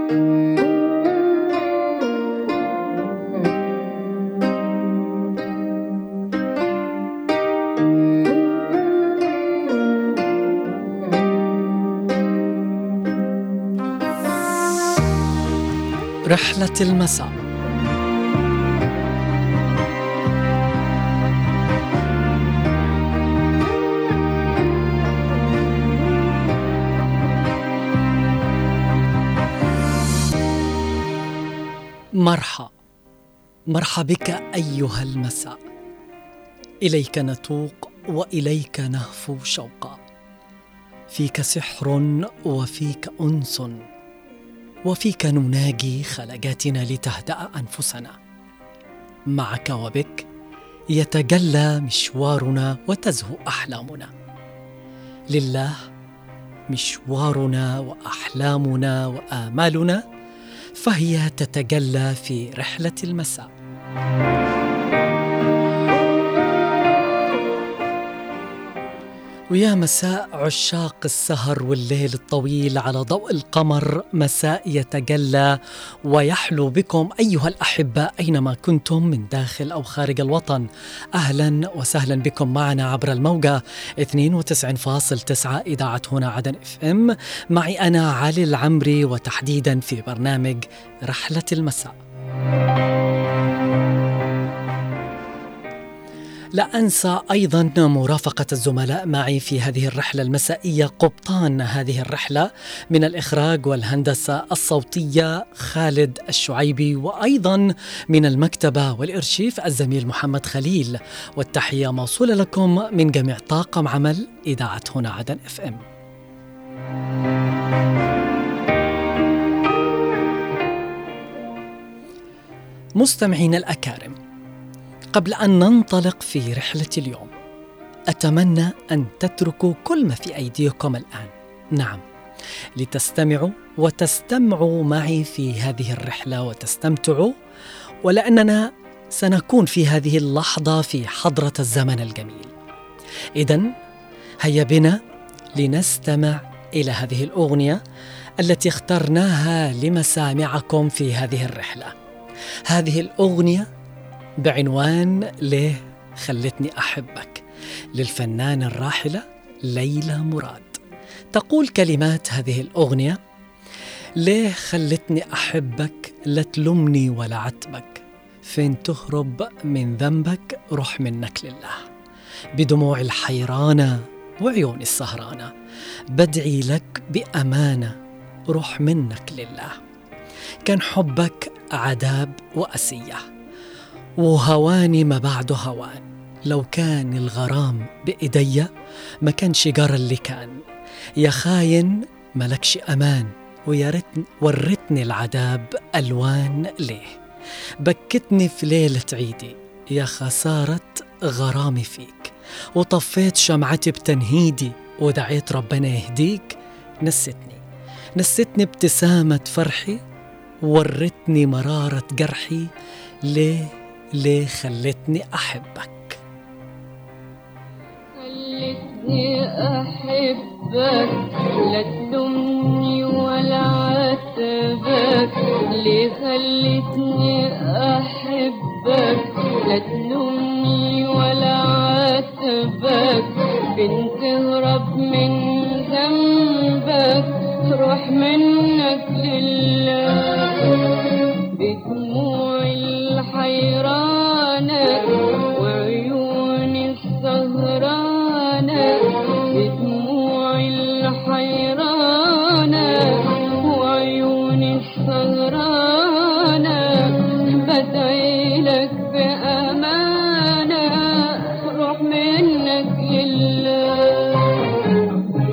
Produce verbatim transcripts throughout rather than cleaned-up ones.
رحلة المساء. مرحى مرحى بك أيها المساء، إليك نتوق وإليك نهفو شوقا، فيك سحر وفيك أنس، وفيك نناجي خلجاتنا لتهدأ أنفسنا. معك وبك يتجلى مشوارنا وتزهو أحلامنا. لله مشوارنا وأحلامنا وآمالنا، فهي تتجلى في رحلة المساء. ويا مساء عشاق السهر والليل الطويل على ضوء القمر، مساء يتجلى ويحلو بكم أيها الأحباء أينما كنتم من داخل أو خارج الوطن. أهلا وسهلا بكم معنا عبر الموجة اثنين وتسعين فاصلة تسعة إذاعة هنا عدن اف ام، معي أنا علي العمري، وتحديدا في برنامج رحلة المساء. لا أنسى أيضا مرافقة الزملاء معي في هذه الرحلة المسائية. قبطان هذه الرحلة من الإخراج والهندسة الصوتية خالد الشعيبي، وأيضا من المكتبة والإرشيف الزميل محمد خليل. والتحية موصولة لكم من جميع طاقم عمل إذاعة هنا عدن اف ام. مستمعين الأكارم، قبل أن ننطلق في رحلة اليوم، أتمنى أن تتركوا كل ما في أيديكم الآن، نعم، لتستمعوا وتستمعوا معي في هذه الرحلة وتستمتعوا، ولأننا سنكون في هذه اللحظة في حضرة الزمن الجميل. إذن هيا بنا لنستمع إلى هذه الأغنية التي اخترناها لمسامعكم في هذه الرحلة. هذه الأغنية بعنوان ليه خلتني أحبك، للفنانة الراحلة ليلى مراد. تقول كلمات هذه الأغنية: ليه خلتني أحبك، لا تلومني ولا عتبك، فين تهرب من ذنبك، روح منك لله، بدموع الحيرانة وعيون السهرانة، بدعي لك بأمانة، روح منك لله، كان حبك عذاب وأسية، وهواني ما بعده هوان، لو كان الغرام بإيديا ما كانش جرى اللي كان، يا خاين ملكش أمان، ويا ريتني ورتني العذاب ألوان، ليه بكتني في ليلة عيدي، يا خسارة غرامي فيك، وطفيت شمعتي بتنهيدي، ودعيت ربنا يهديك، نستني نستني ابتسامة فرحي، ورتني مرارة جرحي، ليه ليه خلتني أحبك. خلتني أحبك، لا تلومني ولا عاتبك، ليه خلتني أحبك، لا تلومني ولا عاتبك، فين تهرب من ذنبك، روح منك لله، بدموع الحيرانة وعيون السهرانة، بدموع الحيرانة وعيون السهرانة، بدعي لك بأمانة، روح منك لله.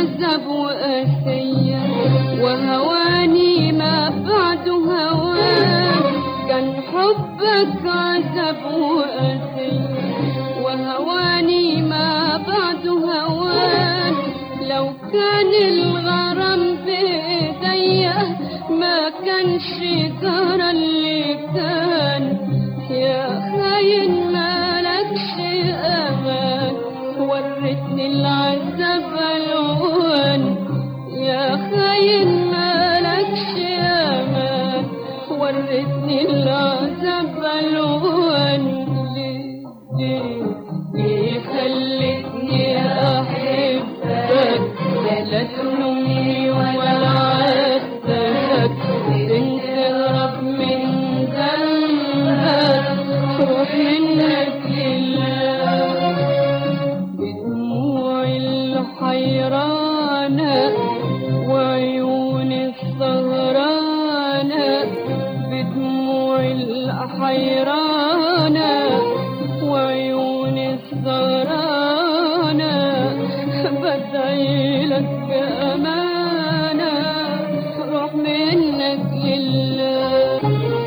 عذاب وقاسية، وهواني ما بعد هوان. كان حبك عذاب وقاسية، وهواني ما بعد هوان. لو كان الغرام بإيديا ما كانش جرى اللي كان. يا خاين مالكش أمان، وريتني العذاب ألوان. يا خاين مالكش أمان، وريتني العذاب ألوان. ليه ليه ليه خلتني أحبك، لا تلومني ولا عاتبك. تنهرب من ذنبك، روح منك لله. بدموعي الحيرانة وعيوني السهرانة، بدموعي الحيرانة وعيوني السهرانة، بدعي لك بأمانة روح منك لله.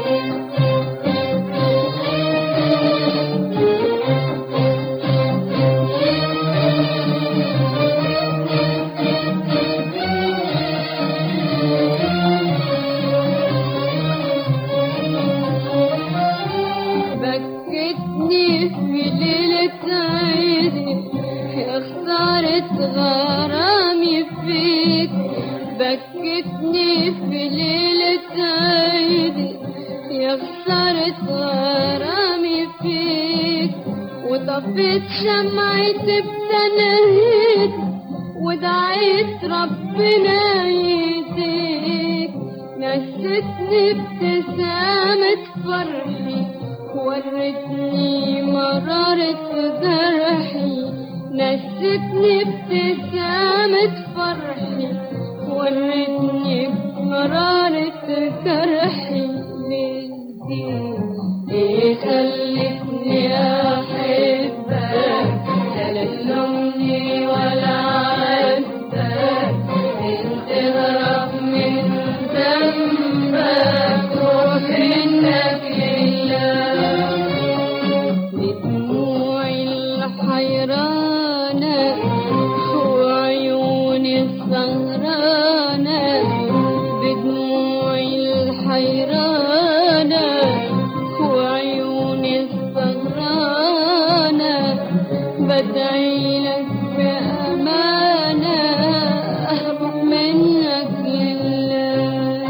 بكتني في ليلة عيدي، يا خسارة غرامي فيك. بكتني في ليلة عيدي، يا خسارة غرامي فيك. وطفيت شمعتي بتنهيد، ودعيت ربنا يهديك. نسيتني ابتسامة فرحي، ورتني مرارة جرحي. نسيتني ابتسامة فرحي، ورتني مرارة جرحي. ليه ليه خلتني أحبك، لا تلومني ولا عاتبك. تهرب من ذنبك، روح منك لله. بدموعي الحيرانة وعيوني السهرانة، بدموعي الحيرانة وعيوني السهرانة، بدعي لك بأمانة أهرب منك لله.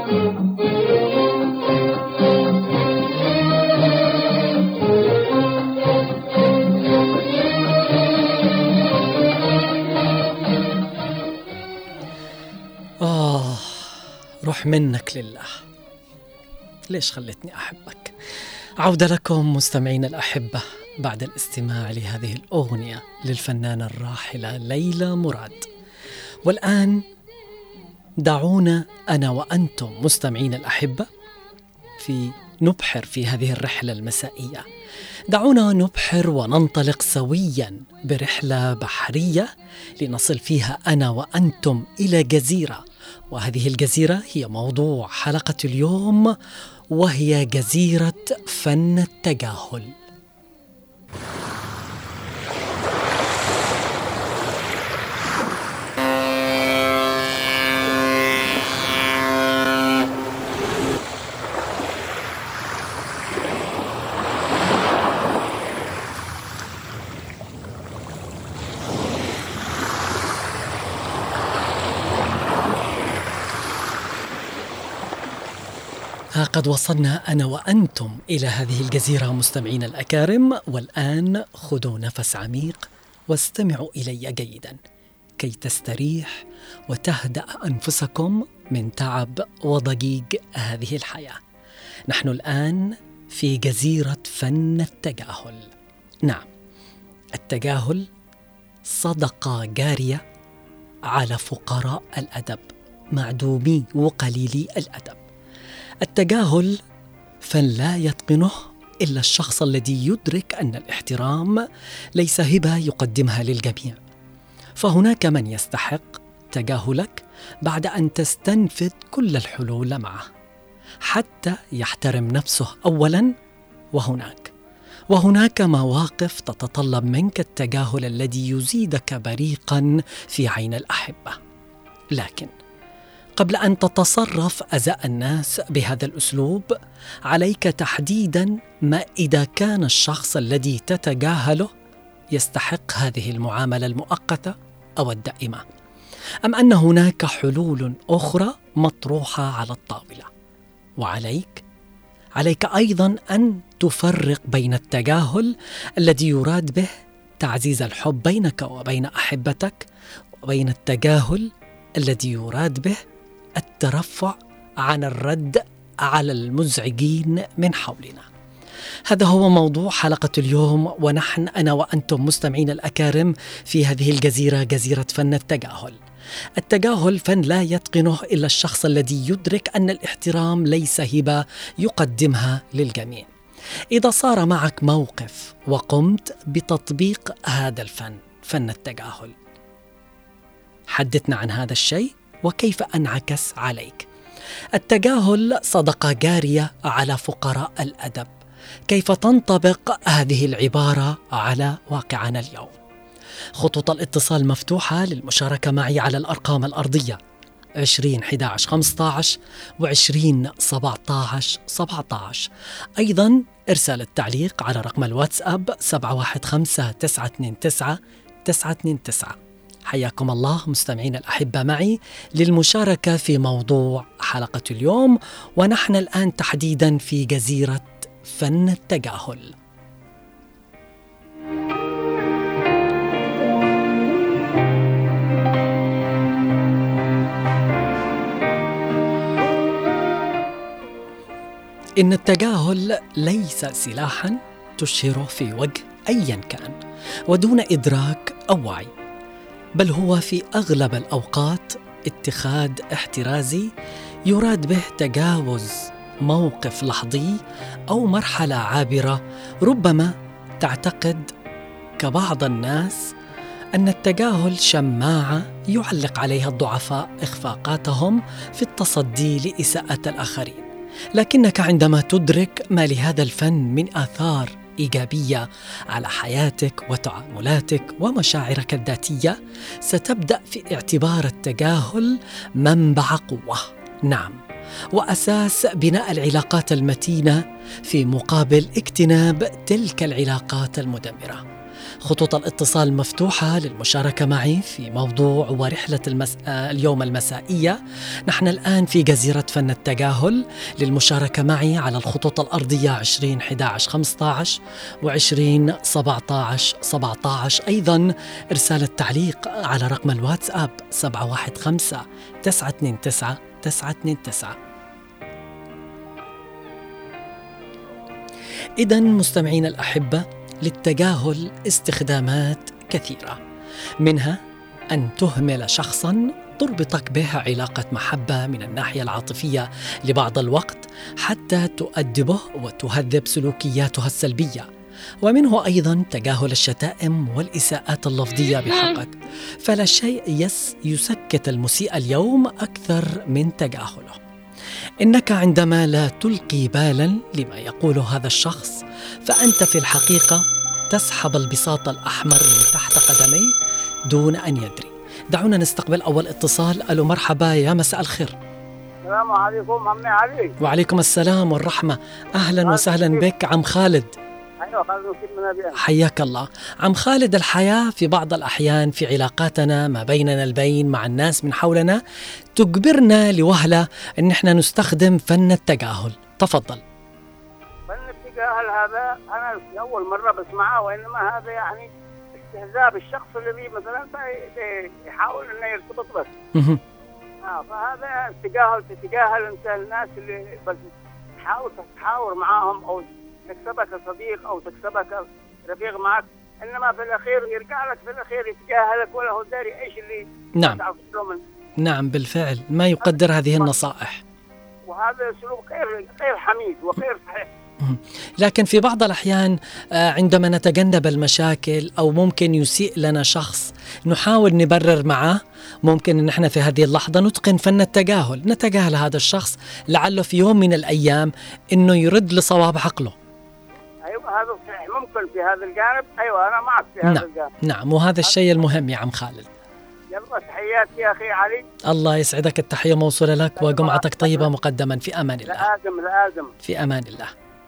آه روح منك لله، ليش خلتني أحبك. عودة لكم مستمعين الأحبة بعد الاستماع لهذه الأغنية للفنانة الراحلة ليلى مراد. والآن دعونا أنا وأنتم مستمعين الأحبة في نبحر في هذه الرحلة المسائية. دعونا نبحر وننطلق سويا برحلة بحرية لنصل فيها أنا وأنتم إلى جزيرة، وهذه الجزيرة هي موضوع حلقة اليوم، وهي جزيرة فن التجاهل. ها قد وصلنا أنا وأنتم إلى هذه الجزيرة مستمعين الأكارم، والآن خذوا نفس عميق واستمعوا إلي جيدا كي تستريح وتهدأ أنفسكم من تعب وضجيج هذه الحياة. نحن الآن في جزيرة فن التجاهل. نعم، التجاهل صدقة جارية على فقراء الأدب، معدومي وقليلي الأدب. التجاهل فن لا يتقنه إلا الشخص الذي يدرك أن الاحترام ليس هبة يقدمها للجميع، فهناك من يستحق تجاهلك بعد أن تستنفذ كل الحلول معه، حتى يحترم نفسه أولاً. وهناك وهناك مواقف تتطلب منك التجاهل الذي يزيدك بريقاً في عين الأحبة. لكن قبل أن تتصرف أزاء الناس بهذا الأسلوب، عليك تحديداً ما إذا كان الشخص الذي تتجاهله يستحق هذه المعاملة المؤقتة أو الدائمة، أم أن هناك حلول أخرى مطروحة على الطاولة. وعليك عليك أيضاً أن تفرق بين التجاهل الذي يراد به تعزيز الحب بينك وبين أحبتك، وبين التجاهل الذي يراد به الترفع عن الرد على المزعجين من حولنا. هذا هو موضوع حلقة اليوم، ونحن أنا وأنتم مستمعين الأكارم في هذه الجزيرة، جزيرة فن التجاهل. التجاهل فن لا يتقنه إلا الشخص الذي يدرك أن الاحترام ليس هبة يقدمها للجميع. إذا صار معك موقف وقمت بتطبيق هذا الفن، فن التجاهل، حدثنا عن هذا الشيء وكيف أنعكس عليك. التجاهل صدقة جارية على فقراء الأدب. كيف تنطبق هذه العبارة على واقعنا اليوم؟ خطوط الاتصال مفتوحة للمشاركة معي على الأرقام الأرضية عشرين أحد عشر خمسة عشر وعشرين سبعة عشر سبعة عشر. أيضا إرسال التعليق على رقم الواتساب سبعة واحد خمسة تسعة اثنين تسعة تسعة اثنين تسعة. حياكم الله مستمعين الأحبة معي للمشاركة في موضوع حلقة اليوم، ونحن الآن تحديدا في جزيرة فن التجاهل. إن التجاهل ليس سلاحا تشهره في وجه أيا كان ودون إدراك أو وعي، بل هو في أغلب الأوقات اتخاذ احترازي يراد به تجاوز موقف لحظي أو مرحلة عابرة. ربما تعتقد كبعض الناس أن التجاهل شماعة يعلق عليها الضعفاء إخفاقاتهم في التصدي لإساءة الآخرين، لكنك عندما تدرك ما لهذا الفن من آثار إيجابية على حياتك وتعاملاتك ومشاعرك الذاتية، ستبدأ في اعتبار التجاهل منبع قوة، نعم، وأساس بناء العلاقات المتينة في مقابل اجتناب تلك العلاقات المدمرة. خطوط الاتصال مفتوحة للمشاركة معي في موضوع ورحلة المس... اليوم المسائية. نحن الآن في جزيرة فن التجاهل. للمشاركة معي على الخطوط الأرضية عشرين أحد عشر خمسة عشر وعشرين سبعة عشر سبعة عشر. أيضا إرسال التعليق على رقم الواتساب سبعة واحد خمسة تسعة اثنين تسعة تسعة اثنين تسعة. إذن مستمعين الأحبة، للتجاهل استخدامات كثيرة، منها أن تهمل شخصاً تربطك به علاقة محبة من الناحية العاطفية لبعض الوقت حتى تؤدبه وتهذب سلوكياته السلبية، ومنه أيضاً تجاهل الشتائم والإساءات اللفظية بحقك، فلا شيء يس يسكت المسيء اليوم أكثر من تجاهله. إنك عندما لا تلقي بالاً لما يقوله هذا الشخص، فأنت في الحقيقة تسحب البساط الأحمر من تحت قدميه دون أن يدري. دعونا نستقبل أول اتصال. ألو، مرحبا، يا مساء الخير. السلام عليكم عمي علي. وعليكم السلام والرحمة. أهلا وسهلا بك عم خالد. أيوة خالد من أبيان. حياك الله عم خالد. الحياة في بعض الأحيان في علاقاتنا ما بيننا البين مع الناس من حولنا تجبرنا لوهلة أن احنا نستخدم فن التجاهل. تفضل. فن التجاهل هذا أنا في أول مرة بسمعه، وإنما هذا يعني استهزاء بالشخص الذي مثلا يحاول أنه يرتبط بس. آه فهذا التجاهل، تتجاهل أنت الناس اللي بس تحاول تحاور معاهم أو تكسبك صديق أو تكسبك رفيق معك، إنما في الأخير يرجع لك في الأخير يتجاهلك ولا هو داري إيش اللي نعم نعم بالفعل ما يقدر هذه النصائح، وهذا سلوك غير غير حميد وغير صحيح. لكن في بعض الأحيان عندما نتجنب المشاكل أو ممكن يسيء لنا شخص نحاول نبرر معه ممكن ان احنا في هذه اللحظة نتقن فن التجاهل، نتجاهل هذا الشخص لعله في يوم من الايام انه يرد لصواب عقله. ايوه هذا صحيح، ممكن في هذا الجانب. ايوه انا معك في هذا نعم. الجانب. نعم، وهذا الشيء المهم يا عم خالد. يلا تحياتي يا اخي علي. الله يسعدك، التحية موصولة لك وجمعتك طيبة مقدما، في امان الله. لازم لازم في امان الله.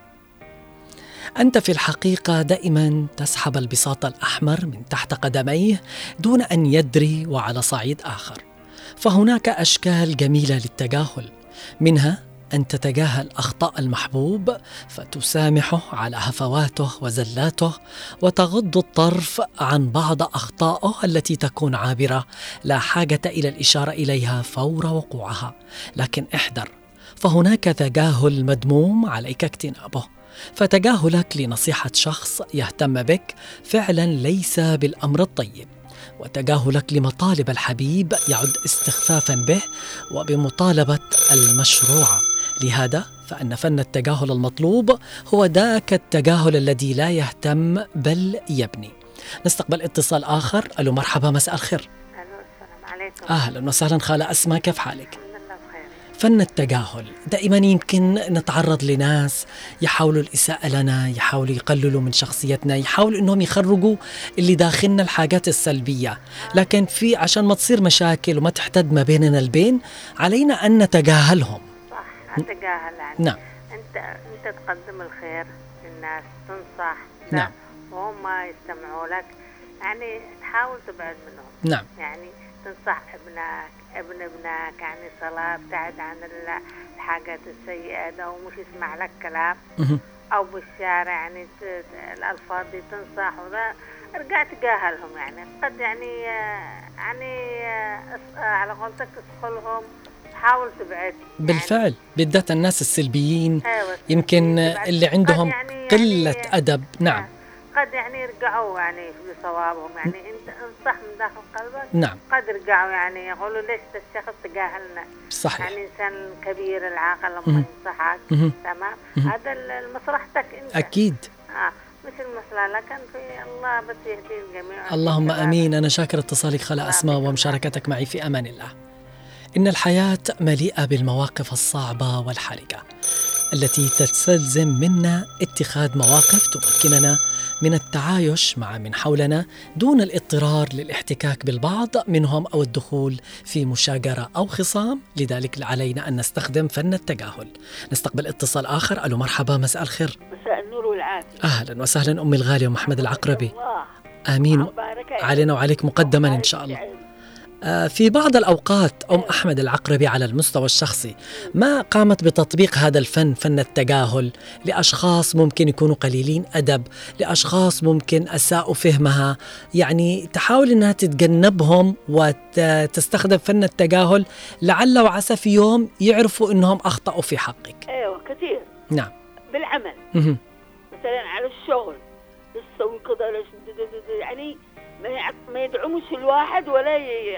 أنت في الحقيقة دائما تسحب البساط الأحمر من تحت قدميه دون أن يدري، وعلى صعيد آخر فهناك أشكال جميلة للتجاهل، منها أن تتجاهل أخطاء المحبوب فتسامحه على هفواته وزلاته، وتغض الطرف عن بعض أخطائه التي تكون عابرة لا حاجة إلى الإشارة إليها فور وقوعها. لكن احذر، فهناك تجاهل مذموم عليك اجتنابه. فتجاهلك لنصيحة شخص يهتم بك فعلا ليس بالأمر الطيب، وتجاهلك لمطالب الحبيب يعد استخفافا به وبمطالبة المشروعة. لهذا فإن فن التجاهل المطلوب هو ذاك التجاهل الذي لا يهتم بل يبني. نستقبل اتصال آخر. ألو مرحبا، مساء الخير. ألو السلام عليكم. أهلا وسهلا خالة أسماء، كيف حالك؟ فن التجاهل دائما يمكن نتعرض لناس يحاولوا الإساءة لنا، يحاولوا يقللوا من شخصيتنا، يحاولوا إنهم يخرجوا اللي داخلنا الحاجات السلبية، لكن في عشان ما تصير مشاكل وما تحتد ما بيننا البين علينا أن نتجاهلهم. صح، أتجاهل يعني. نعم. أنت أنت تقدم الخير للناس، تنصح. نعم. وهم يستمعوا لك، يعني تحاول تبعد منهم. نعم. يعني تنصح ابنك ابن ابنك يعني صلاة، ابتعد عن الحاجات السيئة ده ومش يسمع لك كلام. أو بالشارع يعني الألفاظ دي تنصح، وذا ارجع تجاهلهم. يعني قد يعني يعني على قولتك تدخلهم، حاول تبعد. بالفعل يعني بالذات الناس السلبيين. أيوة، يمكن اللي عندهم يعني قلة يعني أدب. نعم. قد يعني يرجعوا يعني بصوابهم، يعني انت انصح من داخل قلبك. نعم. قد يرجعوا يعني يقولوا ليش الشخص تجاهلنا. صحيح. يعني انسان كبير العاقل لما ينصحك تمام، هذا لمصلحتك انت. اكيد. اه مش المصلحه، لكن في الله بس يهدي الجميع. اللهم امين. انا شاكر اتصالك خالة اسماء ومشاركتك معي، في امان الله. ان الحياة مليئة بالمواقف الصعبة والحرجة التي تستلزم منا اتخاذ مواقف تمكننا من التعايش مع من حولنا دون الاضطرار للاحتكاك بالبعض منهم أو الدخول في مشاجرة أو خصام. لذلك علينا أن نستخدم فن التجاهل. نستقبل اتصال آخر. ألو مرحبا، مساء الخير. مساء النور والعافية. أهلا وسهلا أمي الغالية ومحمد العقربي. آمين علينا وعليك مقدما إن شاء الله. في بعض الأوقات أم أحمد العقربي على المستوى الشخصي ما قامت بتطبيق هذا الفن، فن التجاهل، لأشخاص ممكن يكونوا قليلين أدب، لأشخاص ممكن أساءوا فهمها، يعني تحاول أنها تتجنبهم وتستخدم فن التجاهل لعل وعسى في يوم يعرفوا أنهم أخطأوا في حقك. أيوة كثير. نعم. بالعمل م- مثلا على الشغل تسوي كذا، يعني ما يدعمش الواحد ولا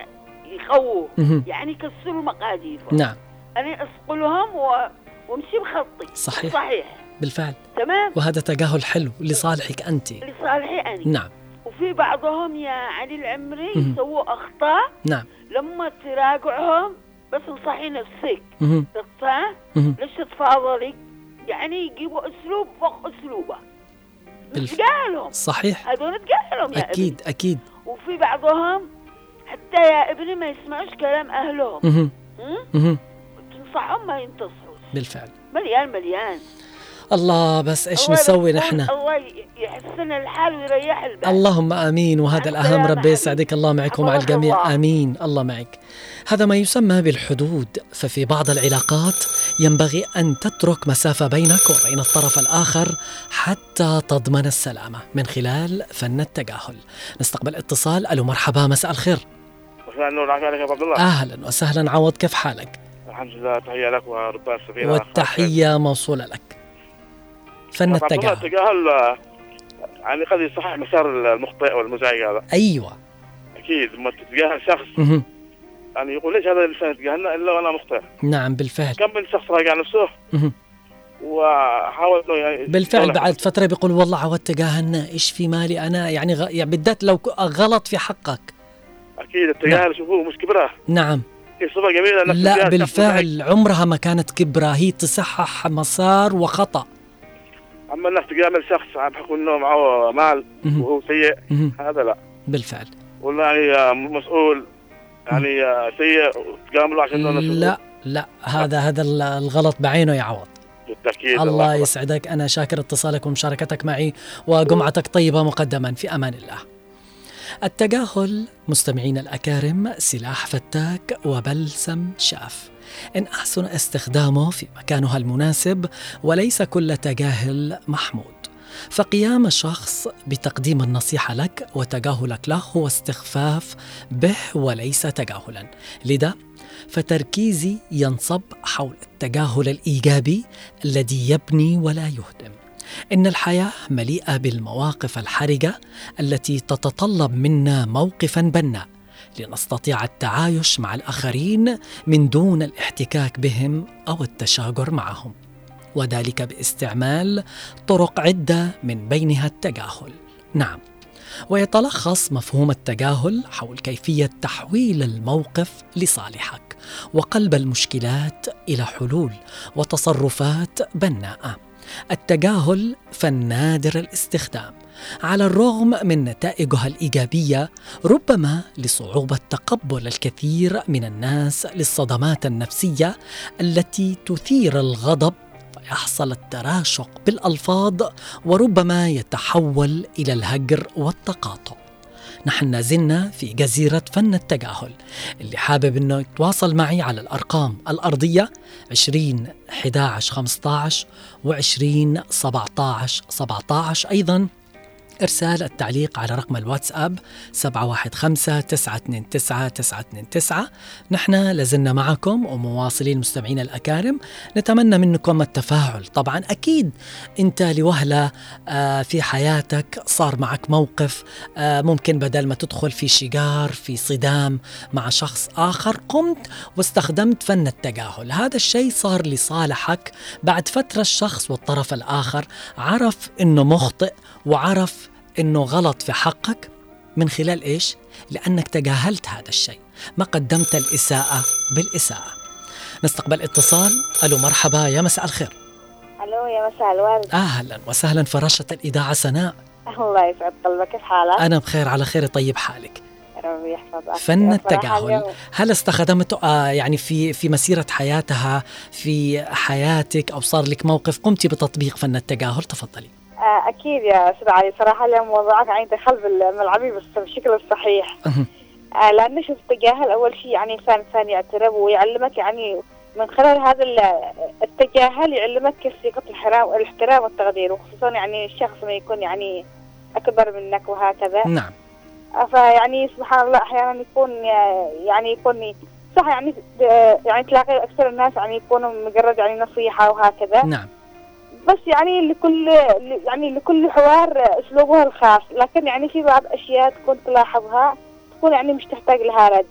يخوه، يعني يكسروا المقادير. نعم. أنا أسقلهم وامشي بخطي. صحيح. صحيح. بالفعل. تمام. وهذا تجاهل حلو لصالحك أنت. لصالحي أنا. نعم. وفي بعضهم يا علي العمري يسووا أخطاء. نعم. لما تراجعهم بس انصحي نفسك. صح؟ ليش تتفاضلي؟ يعني يجيبوا أسلوب فوق أسلوبه. نتجاهلهم. صحيح. هذول نتجاهلهم يا أكيد ابني. أكيد. وفي بعضهم حتى يا ابني ما يسمعوش كلام أهلهم. مه. مه. تنصحهم ما ينتصروا. بالفعل. مليان مليان. الله، بس إيش نسوي نحن؟ الله يحسن الحال ويريح البال. اللهم آمين. وهذا الأهم. ربي يسعدك. الله معك ومع الجميع. الله. آمين. الله معك. هذا ما يسمى بالحدود. ففي بعض العلاقات ينبغي أن تترك مسافة بينك وبين الطرف الآخر حتى تضمن السلامة من خلال فن التجاهل. نستقبل اتصال. ألو مرحبا، مساء الخير. مساء النور عليك يا عبد الله. أهلا وسهلا عوض، كيف حالك؟ الحمد لله. تحية لك وربنا السفينة. والتحية موصولة لك. فن التجاهل. التجاهل يعني قد يصحح مسار المخطئ والمزعج هذا. أيوة أكيد. لما تتجاهل شخص م- يعني يقول ليش هذا الإنسان يتجاهلنا إلا وأنا مخطئ. نعم بالفعل. كم من شخص راجع نفسه م- وحاول إنه يعني بالفعل بعد فترة بيقول والله عود تجاهلنا، إيش في مالي أنا، يعني, غ... يعني بالذات لو غلط في حقك. أكيد أكيد التجاهل شوفوه مش كبرة. نعم. هي صفة جميلة. لا بالفعل عمرها ما كانت كبرة، هي تصحح مسار وخطأ. أما إنك تجامل شخص عم بحكوا إنه معه مال وهو سيء، هذا لا. بالفعل. ولا يعني مسؤول يعني سيء وتجامله عشان إنه لا لا هذا هذا الغلط بعينه يا عوض. بالتأكيد. الله, الله يسعدك، أنا شاكر اتصالك ومشاركتك معي وجمعتك طيبة مقدما، في أمان الله. التجاهل مستمعين الأكارم سلاح فتاك وبلسم شاف، إن أحسن استخدامه في مكانها المناسب، وليس كل تجاهل محمود. فقيام الشخص بتقديم النصيحة لك وتجاهلك له هو استخفاف به وليس تجاهلا. لذا فتركيزي ينصب حول التجاهل الإيجابي الذي يبني ولا يهدم. إن الحياة مليئة بالمواقف الحرجة التي تتطلب منا موقفا بناء لنستطيع التعايش مع الآخرين من دون الاحتكاك بهم أو التشاجر معهم، وذلك باستعمال طرق عدة من بينها التجاهل. نعم، ويتلخص مفهوم التجاهل حول كيفية تحويل الموقف لصالحك وقلب المشكلات إلى حلول وتصرفات بناءة. التجاهل فن نادر الاستخدام على الرغم من نتائجها الإيجابية، ربما لصعوبة تقبل الكثير من الناس للصدمات النفسية التي تثير الغضب، فيحصل التراشق بالألفاظ وربما يتحول إلى الهجر والتقاطع. نحن نازلنا في جزيرة فن التجاهل. اللي حابب انه يتواصل معي على الارقام الارضية عشرين أحد عشر خمسة عشر وعشرين سبعة عشر سبعة عشر، ايضا إرسال التعليق على رقم الواتساب سبعة واحد خمسة تسعة اثنين تسعة تسعة اثنين تسعة. نحن لازلنا معكم ومواصلين مستمعين الأكارم، نتمنى منكم التفاعل. طبعا أكيد أنت لوهلة في حياتك صار معك موقف ممكن بدل ما تدخل في شجار في صدام مع شخص آخر قمت واستخدمت فن التجاهل. هذا الشيء صار لصالحك. بعد فترة الشخص والطرف الآخر عرف أنه مخطئ وعرف إنه غلط في حقك من خلال إيش؟ لأنك تجاهلت هذا الشيء، ما قدمت الإساءة بالإساءة. نستقبل اتصال. ألو مرحبا، يا مساء الخير. ألو يا مساء الورد. أهلا وسهلا فراشة الإذاعة سناء. الله يسعد قلبك، كيف حالك؟ أنا بخير على خير، طيب حالك؟ ربي يحفظك. فن التجاهل هل استخدمته آه يعني في في مسيرة حياتها في حياتك، أو صار لك موقف قمتي بتطبيق فن التجاهل؟ تفضلي. أكيد يا أستاذ علي، صراحة اليوم موضوعك يعني دخل بالملعبي بس بالشكل الصحيح. آه لأن شوف التجاهل أول شيء يعني فن فن يعترف ويعلمك، يعني من خلال هذا التجاهل يعلمك كيف صيغة الاحترام والاحترام والتقدير، وخصوصا يعني الشخص ما يكون يعني أكبر منك وهكذا. نعم. آه فيعني سبحان الله أحيانا يكون يعني يكون صح يعني يعني تلاقي أكثر الناس يعني يكونوا مجرد يعني نصيحة وهكذا. نعم. بس يعني لكل يعني لكل حوار اسلوبها الخاص، لكن يعني في بعض اشياء تكون تلاحظها تكون يعني مش تحتاج لها رد.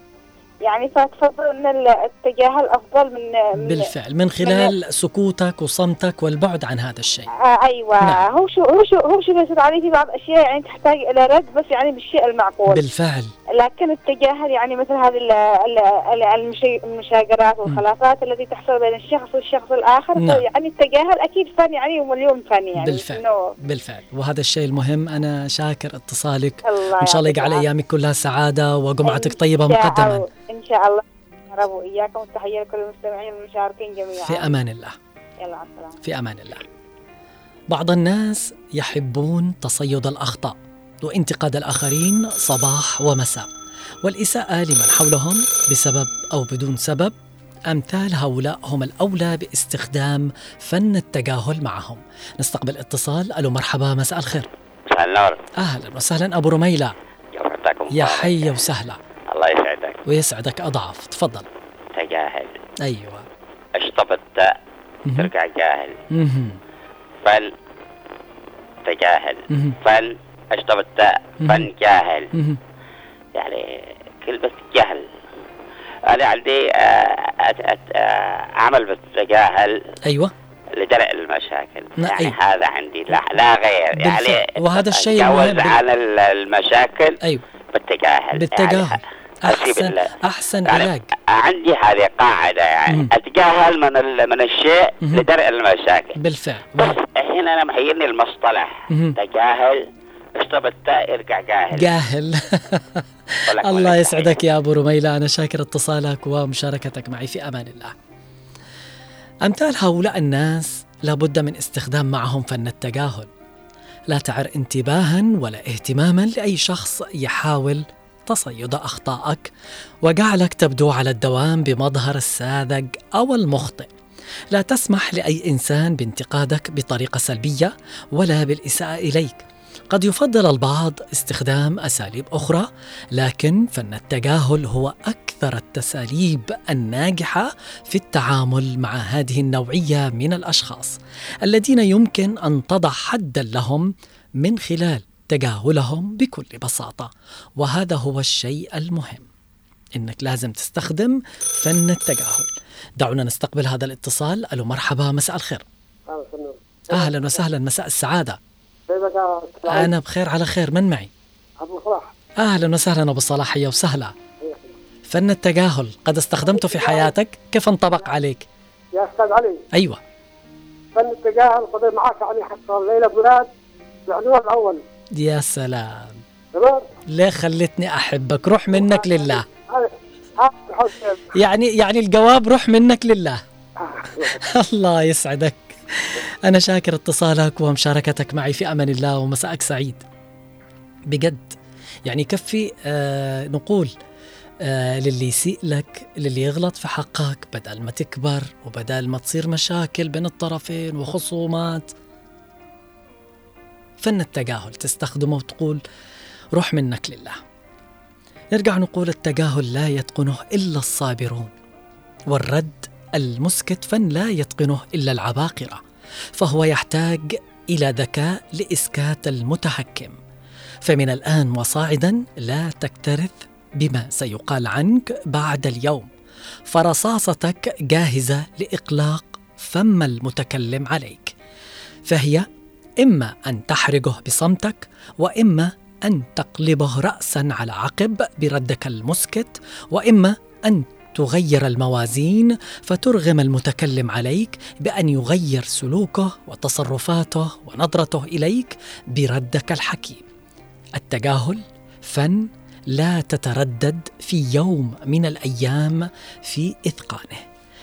يعني فتفضل ان التجاهل افضل من, من بالفعل من خلال من سكوتك وصمتك والبعد عن هذا الشيء. آه ايوه. نعم. هو شو هو شو هو شو يصير عليه في بعض اشياء يعني تحتاج الى رد، بس يعني بالشيء المعقول. بالفعل. لكن التجاهل يعني مثل هذه المشاجرات والخلافات التي تحصل بين الشخص والشخص الآخر. نعم. يعني التجاهل أكيد فن يعني ومليون فن يعني. بالفعل. بالفعل، وهذا الشيء المهم. أنا شاكر اتصالك، الله إن شاء الله يجعل أيامك كلها سعادة وجمعتك طيبة مقدما. إن شاء الله. رب وإياكم، وتحية لكل المستمعين والمشاركين جميعا. في أمان الله. يلا على السلامة. في أمان الله. بعض الناس يحبون تصيد الأخطاء وانتقاد الآخرين صباح ومساء والإساءة لمن حولهم بسبب أو بدون سبب. أمثال هؤلاء هم الأولى باستخدام فن التجاهل معهم. نستقبل اتصال. ألو مرحبا، مساء الخير. مساء النور. أهلا وسهلا أبو رميلة. يا حي وسهلا. الله يسعدك ويسعدك أضعف. تفضل. تجاهل. أيوة. اشطب التاء ترجع جاهل. مم. فل تجاهل. مم. فل اشطب التاء فن جاهل. مم. يعني كلمة جهل أنا عندي أعمل بالتجاهل. أيوة. لدرء المشاكل. يعني أيوة. هذا عندي لا, لا غير. بالفعل. يعني وهذا الشيء أتجاوز عن المشاكل. أيوة. بالتجاهل. بالتجاهل يعني أحسن, أحسن يعني علاج. عندي هذه قاعدة يعني م. أتجاهل من من الشيء م. لدرء المشاكل. بالفعل. بس هنا أنا محيرني المصطلح م. تجاهل، اشطب التاء ارجع جاهل. جاهل. الله يسعدك يا أبو رميلة، أنا شاكر اتصالك ومشاركتك معي، في أمان الله. أمثال هؤلاء الناس لابد من استخدام معهم فن التجاهل. لا تعر انتباها ولا اهتماما لأي شخص يحاول تصيد أخطائك وجعلك تبدو على الدوام بمظهر الساذج أو المخطئ. لا تسمح لأي إنسان بانتقادك بطريقة سلبية ولا بالإساءة إليك. قد يفضل البعض استخدام أساليب أخرى، لكن فن التجاهل هو أكثر التساليب الناجحة في التعامل مع هذه النوعية من الأشخاص الذين يمكن أن تضع حداً لهم من خلال تجاهلهم بكل بساطة. وهذا هو الشيء المهم، إنك لازم تستخدم فن التجاهل. دعونا نستقبل هذا الاتصال. ألو مرحبا، مساء الخير. أهلا وسهلا، مساء السعادة. أنا بخير على خير، من معي؟ أبو صلاح. أهلا وسهلا أبو صلاح، حيا وسهلا. فن التجاهل قد استخدمته في حياتك، كيف انطبق عليك؟ يا أستاذ علي. أيوة. فن التجاهل قضي معك يعني حتى الليلة بلاد العنوان الأول. يا سلام. تمام. ليه خلتني أحبك؟ روح منك لله. يعني يعني الجواب روح منك لله. الله يسعدك، أنا شاكر اتصالك ومشاركتك معي، في أمان الله ومساءك سعيد. بجد يعني كفي آه نقول آه للي يسيء لك، للي يغلط في حقك، بدل ما تكبر وبدل ما تصير مشاكل بين الطرفين وخصومات، فن التجاهل تستخدمه وتقول روح منك لله. نرجع نقول التجاهل لا يتقنه إلا الصابرون، والرد المسكت فن لا يتقنه إلا العباقرة، فهو يحتاج إلى ذكاء لإسكات المتهكم. فمن الآن وصاعدا لا تكترث بما سيقال عنك بعد اليوم، فرصاصتك جاهزة لإقلاق فم المتكلم عليك، فهي إما أن تحرجه بصمتك، وإما أن تقلبه رأسا على عقب بردك المسكت، وإما أن تغير الموازين فترغم المتكلم عليك بأن يغير سلوكه وتصرفاته ونظرته إليك بردك الحكيم. التجاهل فن لا تتردد في يوم من الأيام في إتقانه.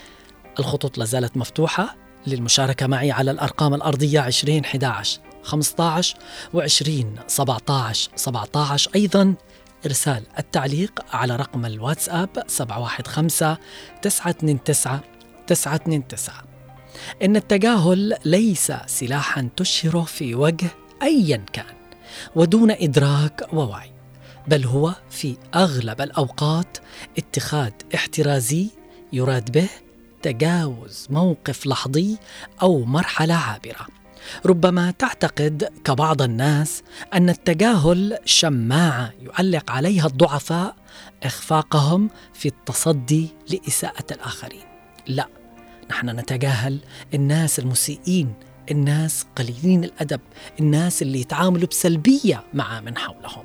الخطوط لازالت مفتوحة للمشاركة معي على الأرقام الأرضية عشرين أحد عشر خمسة عشر وعشرين سبعة عشر سبعة عشر، أيضا إرسال التعليق على رقم الواتساب سبعة واحد خمسة تسعة اثنين تسعة تسعة اثنين تسعة. إن التجاهل ليس سلاحا تشهره في وجه أيا كان ودون إدراك ووعي، بل هو في أغلب الأوقات اتخاذ احترازي يراد به تجاوز موقف لحظي أو مرحلة عابرة. ربما تعتقد كبعض الناس أن التجاهل شماعة يعلق عليها الضعفاء إخفاقهم في التصدي لإساءة الآخرين. لا، نحن نتجاهل الناس المسيئين، الناس قليلين الأدب، الناس اللي يتعاملوا بسلبية مع من حولهم.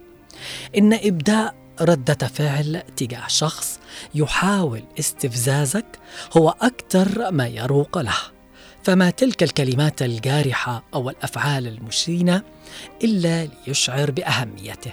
إن إبداء ردة فعل تجاه شخص يحاول استفزازك هو أكثر ما يروق له، فما تلك الكلمات الجارحة أو الأفعال المشينة إلا ليشعر بأهميته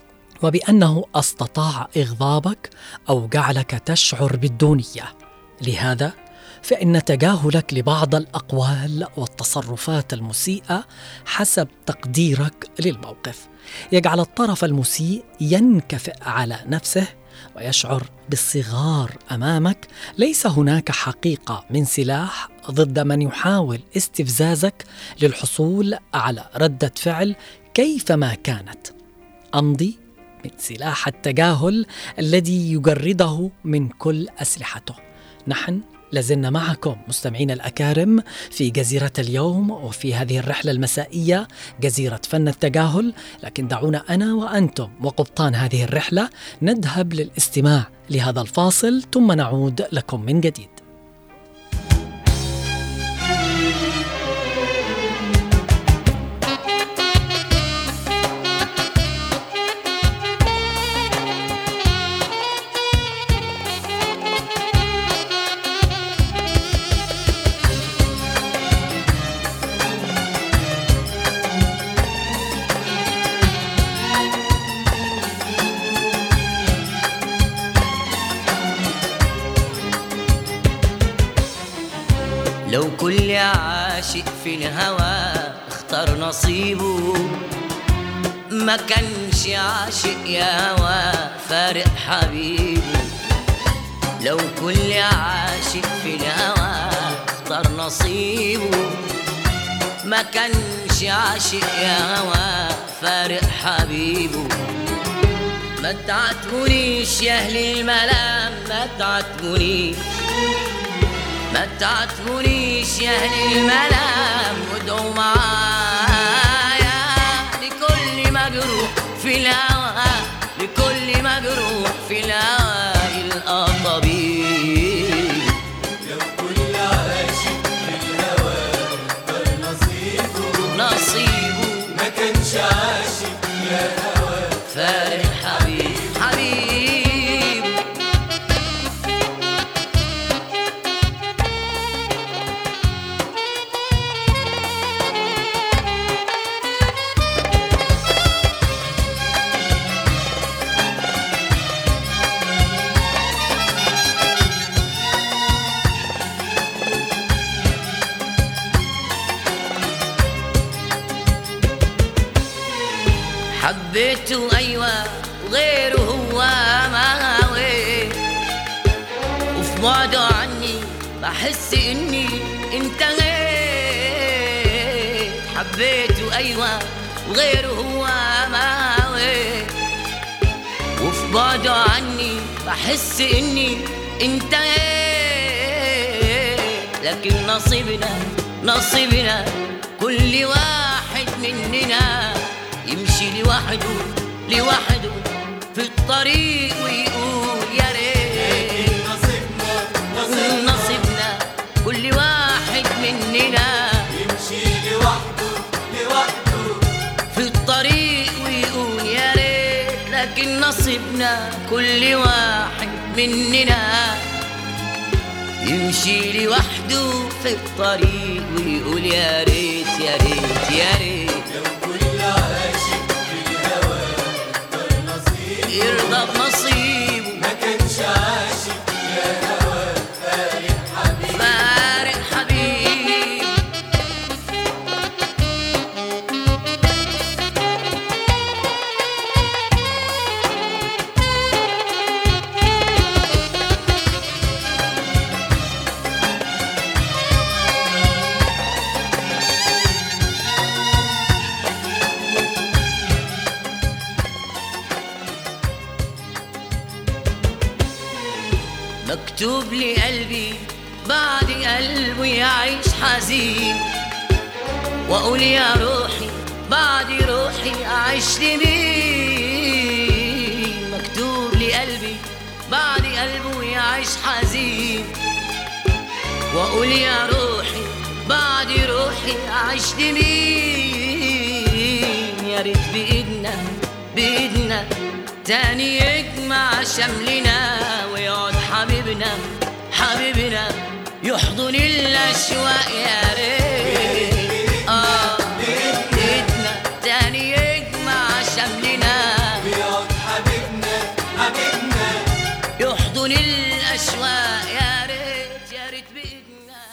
وبأنه استطاع إغضابك أو جعلك تشعر بالدونية. لهذا فإن تجاهلك لبعض الأقوال والتصرفات المسيئة حسب تقديرك للموقف يجعل الطرف المسيء ينكفئ على نفسه ويشعر بالصغار أمامك. ليس هناك حقيقة من سلاح ضد من يحاول استفزازك للحصول على ردة فعل كيفما كانت. أمضي من سلاح التجاهل الذي يجرده من كل أسلحته. نحن لازلنا معكم مستمعين الأكارم في جزيرة اليوم وفي هذه الرحلة المسائية جزيرة فن التجاهل، لكن دعونا أنا وأنتم وقبطان هذه الرحلة نذهب للاستماع لهذا الفاصل ثم نعود لكم من جديد. لو كل عاشق في الهوى اختار نصيبه ما كانش عاشق يا هوى فارق حبيبه. لو كل عاشق في الهوى اختار نصيبه ما كانش عاشق يا هوى فارق حبيبه. ما تعاتبونيش يا أهل الملام، ما تعاتبونيش ما تعاتبونيش يا أهل الملام، وادعوا معايا لكل مجروح في الهوى، لكل مجروح في الهوى يلقى طبيب. لو كل عاشق في الهوى اختار نصيبه نصيبه ما كانش عاشق يا هوى فارق حبيب حبيب. حبيته أيوة وغيره هو ما هوي، وفي بعده عني بحس إني انتهيت. حبيته أيوة وغيره هو ما هوي، وفي بعده عني بحس إني انتهيت. لكن نصيبنا نصيبنا كل واحد مننا يمشي لوحده لوحده في الطريق ويقول يا ريت. نصيبنا نصيبنا نصيبنا كل واحد مننا يمشي لوحده لوحده في الطريق ويقول يا ريت. لكن نصيبنا كل واحد مننا يمشي لوحده في الطريق ويقول يا ريت يا ريت يا ريت. لو كل عاشق في الهوى اختار نصيبه يرضى بنصيبه ما كانش عاشق يا هوى فارق حبيب فارق حبيب. مكتوب لي قلبي بعد قلبه يعيش حزين، واقول يا روحي بعد روحي اعيش لمين. مكتوب لي قلبي بعد قلبه يعيش حزين، واقول يا روحي بعد روحي اعيش لمين. يا ريت بايدنا بايدنا تاني يجمع شملنا ويقعد حبيبنا حبيبنا يحضن الأشواق يا ريت. آه بإيدنا تاني يجمع شملنا ويقعد حبيبنا حبيبنا يحضن الأشواق يا ريت يا ريت بإيدنا.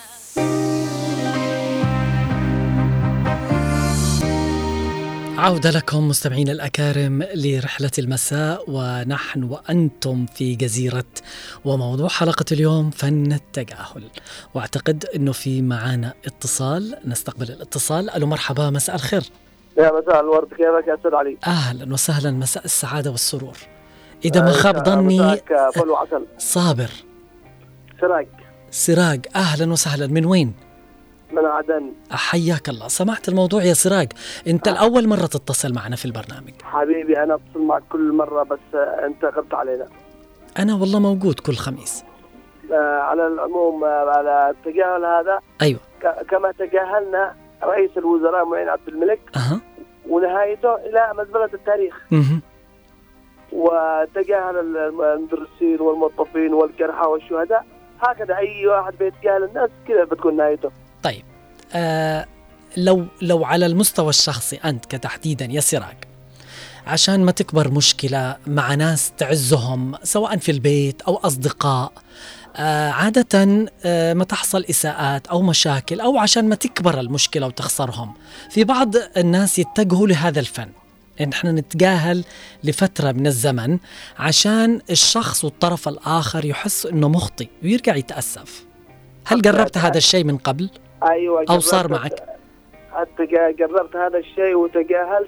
عودة لكم مستمعين الأكارم لرحلة المساء، ونحن وأنتم في جزيرة، وموضوع حلقة اليوم فن التجاهل. وأعتقد أنه في معانا اتصال، نستقبل الاتصال. ألو مرحبا، مساء الخير. يا مساء الورد، كيفك يا أستاذ علي؟ أهلا وسهلا، مساء السعادة والسرور. إذا ما خاب ظني فل وعسل. صابر سراج سراج، أهلا وسهلا. من وين؟ من عدن. حياك الله. سمعت الموضوع يا سراج، أنت آه. الأول مرة تتصل معنا في البرنامج. حبيبي أنا أتصل معك كل مرة بس أنت غبت علينا. أنا والله موجود كل خميس. آه على العموم آه على التجاهل هذا، أيوة، ك- كما تجاهلنا رئيس الوزراء معين عبد الملك أه. ونهايته إلى مزبلة التاريخ. مه. وتجاهل المدرسين والموظفين والجرحى والشهداء، هكذا أي واحد بيتجاهل الناس كذا بتكون نهايته. طيب آه لو لو على المستوى الشخصي أنت كتحديدا يا سراج، عشان ما تكبر مشكلة مع ناس تعزهم سواء في البيت أو أصدقاء، آه عادة آه ما تحصل إساءات أو مشاكل أو عشان ما تكبر المشكلة وتخسرهم، في بعض الناس يتجهوا لهذا الفن إن إحنا نتجاهل لفترة من الزمن عشان الشخص والطرف الآخر يحس إنه مخطئ ويرجع يتأسف. هل جربت هذا الشيء من قبل؟ أيوة أو صار معك؟ حتى جربت هذا الشيء وتجاهلت،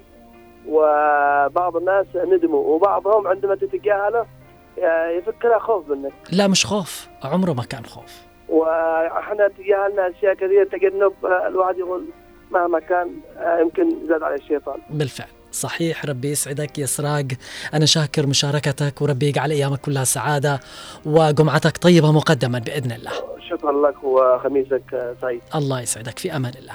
وبعض الناس ندموا وبعضهم عندما تتجاهله يفكر خوف منك. لا مش خوف، عمره ما كان خوف. وإحنا تجاهلنا أشياء كثيرة تجنب، الواحد يقول مهما كان يمكن زاد على الشيطان. بالفعل صحيح. ربي يسعدك يا سراج، أنا شاكر مشاركتك وربي يجعل أيامك كلها سعادة وجمعتك طيبة مقدما بإذن الله. شكرا لك وخميسك سعيد. الله يسعدك، في أمان الله.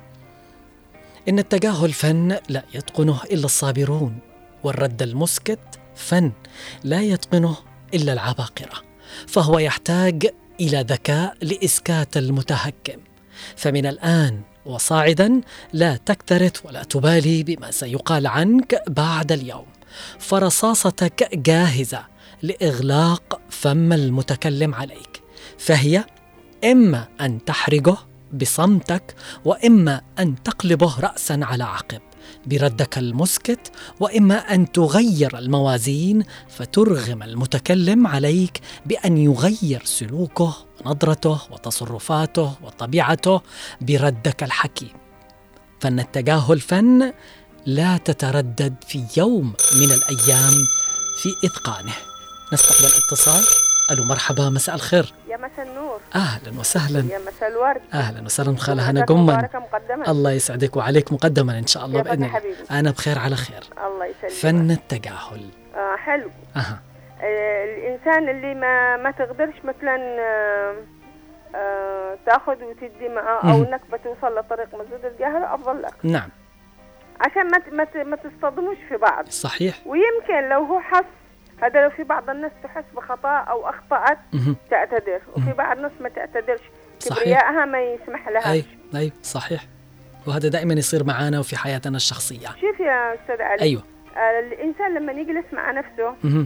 إن التجاهل فن لا يتقنه إلا الصابرون، والرد المسكت فن لا يتقنه إلا العباقرة، فهو يحتاج إلى ذكاء لإسكات المتهكم. فمن الآن وصاعدا لا تكترث ولا تبالي بما سيقال عنك بعد اليوم، فرصاصتك جاهزة لإغلاق فم المتكلم عليك، فهي إما أن تحرجه بصمتك، وإما أن تقلبه رأسا على عقب بردك المسكت، وإما أن تغير الموازين فترغم المتكلم عليك بأن يغير سلوكه ونظرته وتصرفاته وطبيعته بردك الحكيم. فإن التجاهل فن لا تتردد في يوم من الأيام في إتقانه. نستقبل اتصال. ألو مرحبا، مساء الخير. يا مساء النور. أهلا وسهلا. يا مساء الورد. أهلا وسهلا خالة هنا قمن. الله يسعدك وعليك مقدما إن شاء الله بإذن الله. أنا بخير على خير. الله يسلمك. فن التجاهل. آه حلو. أها. آه الإنسان اللي ما ما تقدرش مثلا آه آه تأخذ وتدي معه أو إنك بتوصل لطريق مسدود، الجهل أفضل لك. نعم. عشان ما ما ما تصطدموش في بعض. صحيح. ويمكن لو هو حس هذا، لو في بعض الناس تحس بخطأ أو أخطأت تعتذر، وفي بعض الناس ما تعتذرش، كبريائها ما يسمح لها. أي أي صحيح. وهذا دائما يصير معانا وفي حياتنا الشخصية. شوف يا أستاذ علي. أيوة. آه الإنسان لما يجلس مع نفسه مه.